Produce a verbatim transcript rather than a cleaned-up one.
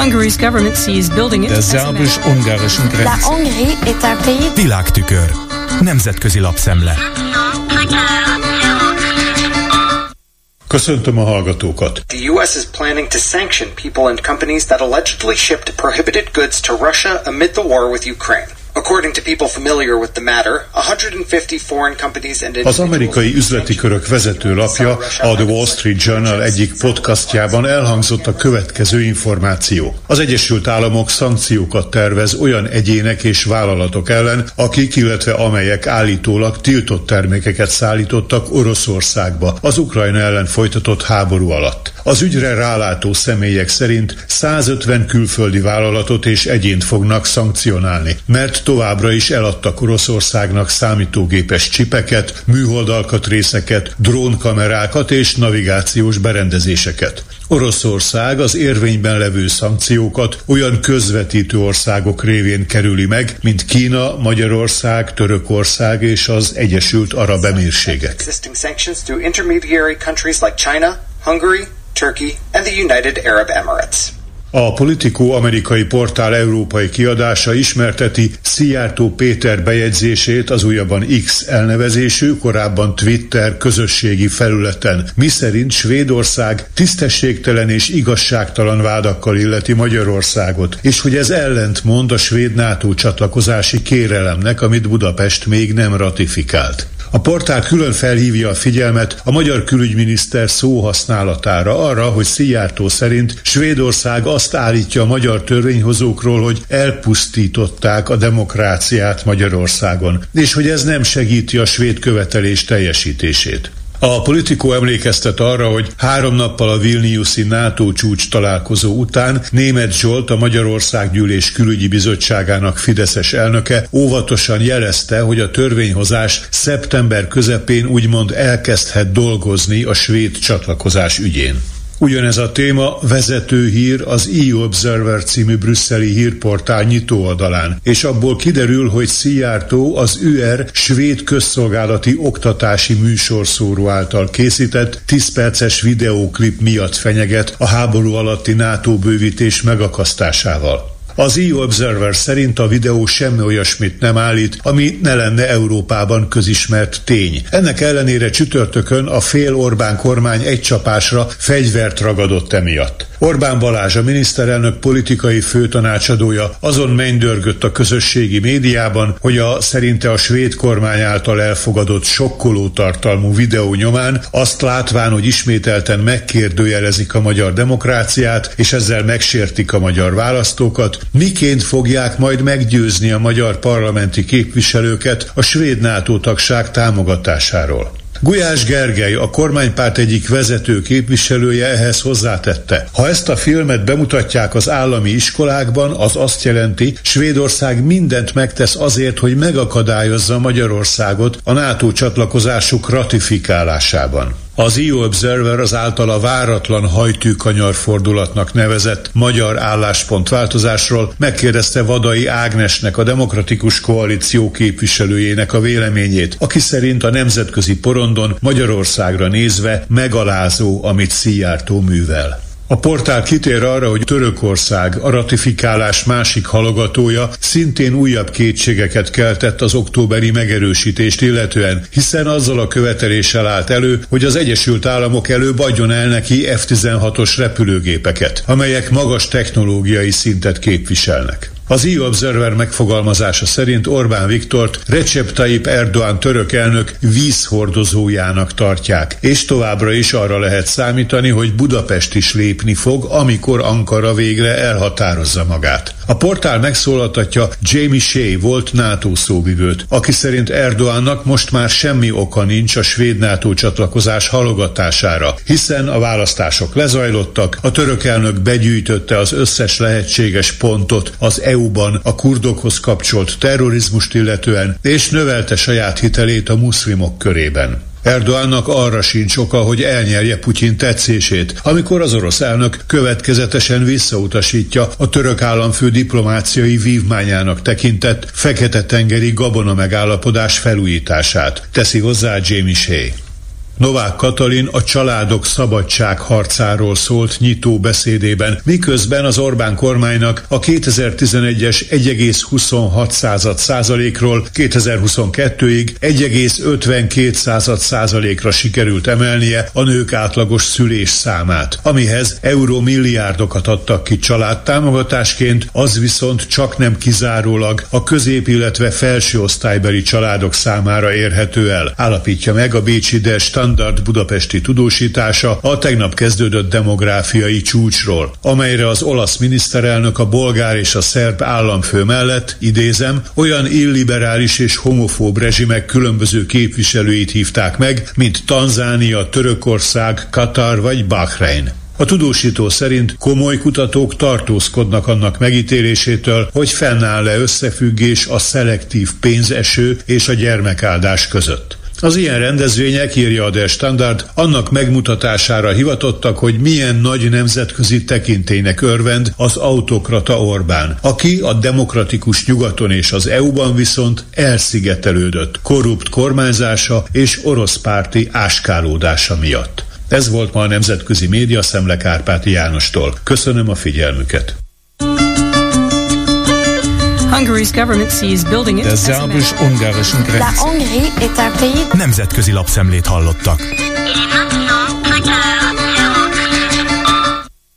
Hungary's government sees building it. Der szerbus-ungarischen Grenze. La Hongrie est un pays. Világtükör. Nemzetközi lapszemle. Köszöntöm a hallgatókat. The U S is planning to sanction people and companies that allegedly shipped prohibited goods to Russia amid the war with Ukraine. According to people familiar with the matter, one hundred fifty foreign companies and Az amerikai üzleti körök vezető lapja, a The Wall Street Journal egyik podcastjában elhangzott a következő információ. Az Egyesült Államok szankciókat tervez olyan egyének és vállalatok ellen, akik, illetve amelyek állítólag tiltott termékeket szállítottak Oroszországba az Ukrajna ellen folytatott háború alatt. Az ügyre rálátó személyek szerint százötven külföldi vállalatot és egyént fognak szankcionálni, mert továbbra is eladtak Oroszországnak számítógépes csipeket, műholdalkatrészeket, drónkamerákat és navigációs berendezéseket. Oroszország az érvényben levő szankciókat olyan közvetítő országok révén kerüli meg, mint Kína, Magyarország, Törökország és az Egyesült Arab Emírségek. Hungary, Turkey, and the United Arab Emirates. A Politico amerikai portál európai kiadása ismerteti Szijjártó Péter bejegyzését az újabban X elnevezésű, korábban Twitter közösségi felületen, miszerint Svédország tisztességtelen és igazságtalan vádakkal illeti Magyarországot, és hogy ez ellentmond a svéd NATO csatlakozási kérelemnek, amit Budapest még nem ratifikált. A portál külön felhívja a figyelmet a magyar külügyminiszter szóhasználatára, arra, hogy Szijjártó szerint Svédország azt állítja a magyar törvényhozókról, hogy elpusztították a demokráciát Magyarországon, és hogy ez nem segíti a svéd követelés teljesítését. A Politico emlékeztet arra, hogy három nappal a Vilniuszi NATO csúcs találkozó után Németh Zsolt, a Magyarországgyűlés külügyi bizottságának fideszes elnöke óvatosan jelezte, hogy a törvényhozás szeptember közepén úgymond elkezdhet dolgozni a svéd csatlakozás ügyén. Ugyanez a téma vezető hír az E U Observer című brüsszeli hírportál nyitóoldalán, és abból kiderül, hogy Szijjártó az ü er svéd közszolgálati oktatási műsorszóró által készített tíz perces videóklip miatt fenyeget a háború alatti NATO bővítés megakasztásával. Az E U Observer szerint a videó semmi olyasmit nem állít, ami ne lenne Európában közismert tény. Ennek ellenére csütörtökön a fél Orbán kormány egy csapásra fegyvert ragadott emiatt. Orbán Balázs, a miniszterelnök politikai főtanácsadója azon mennydörgött a közösségi médiában, hogy a szerinte a svéd kormány által elfogadott sokkoló tartalmú videó nyomán azt látván, hogy ismételten megkérdőjelezik a magyar demokráciát, és ezzel megsértik a magyar választókat, miként fogják majd meggyőzni a magyar parlamenti képviselőket a svéd NATO tagság támogatásáról. Gulyás Gergely, a kormánypárt egyik vezető képviselője ehhez hozzátette: ha ezt a filmet bemutatják az állami iskolákban, az azt jelenti, Svédország mindent megtesz azért, hogy megakadályozza Magyarországot a NATO csatlakozásuk ratifikálásában. Az E U Observer az általa váratlan hajtűkanyar-fordulatnak nevezett magyar álláspontváltozásról megkérdezte Vadai Ágnesnek, a Demokratikus Koalíció képviselőjének a véleményét, aki szerint a nemzetközi porondon Magyarországra nézve megalázó, amit Szijjártó művel. A portál kitér arra, hogy Törökország, a ratifikálás másik halogatója, szintén újabb kétségeket keltett az októberi megerősítést illetően, hiszen azzal a követeléssel állt elő, hogy az Egyesült Államok előbb adjon el neki F tizenhatos repülőgépeket, amelyek magas technológiai szintet képviselnek. Az E U Observer megfogalmazása szerint Orbán Viktort Recep Tayyip Erdoğan török elnök vízhordozójának tartják, és továbbra is arra lehet számítani, hogy Budapest is lépni fog, amikor Ankara végre elhatározza magát. A portál megszólaltatja Jamie Shea volt NATO szóvivőt, aki szerint Erdoğannak most már semmi oka nincs a svéd NATO csatlakozás halogatására, hiszen a választások lezajlottak, a török elnök begyűjtötte az összes lehetséges pontot az é u-ban a kurdokhoz kapcsolt terrorizmust illetően, és növelte saját hitelét a muszlimok körében. Erdoğannak arra sincs oka, hogy elnyerje Putyin tetszését, amikor az orosz elnök következetesen visszautasítja a török államfő diplomáciai vívmányának tekintett Fekete-tengeri gabona megállapodás felújítását, teszi hozzá Jamie Shea. Novák Katalin a családok szabadságharcáról szólt nyitó beszédében, miközben az Orbán kormánynak a kétezer-tizenegyes egy egész huszonhat százalékról kétezer-huszonkettőig egy egész ötvenkét százalékra sikerült emelnie a nők átlagos szülés számát, amihez euromilliárdokat adtak ki családtámogatásként, az viszont csak nem kizárólag a közép, illetve felső osztálybeli családok számára érhető el, állapítja meg a bécsi Der Standard budapesti tudósítása a tegnap kezdődött demográfiai csúcsról, amelyre az olasz miniszterelnök a bolgár és a szerb államfő mellett, idézem, olyan illiberális és homofób rezsimek különböző képviselőit hívták meg, mint Tanzánia, Törökország, Katar vagy Bahrein. A tudósító szerint komoly kutatók tartózkodnak annak megítélésétől, hogy fennáll-e összefüggés a szelektív pénzeső és a gyermekáldás között. Az ilyen rendezvények, írja a Der Standard, annak megmutatására hivatottak, hogy milyen nagy nemzetközi tekintélynek örvend az autokrata Orbán, aki a demokratikus nyugaton és az é u-ban viszont elszigetelődött korrupt kormányzása és oroszpárti áskálódása miatt. Ez volt ma a Nemzetközi Média Szemle Kárpáti Jánostól. Köszönöm a figyelmüket. Hungary's government sees building it Der as a szerbus-ungarischen Grenze. La Hongrie est un pays... Nemzetközi lapszemlét hallottak.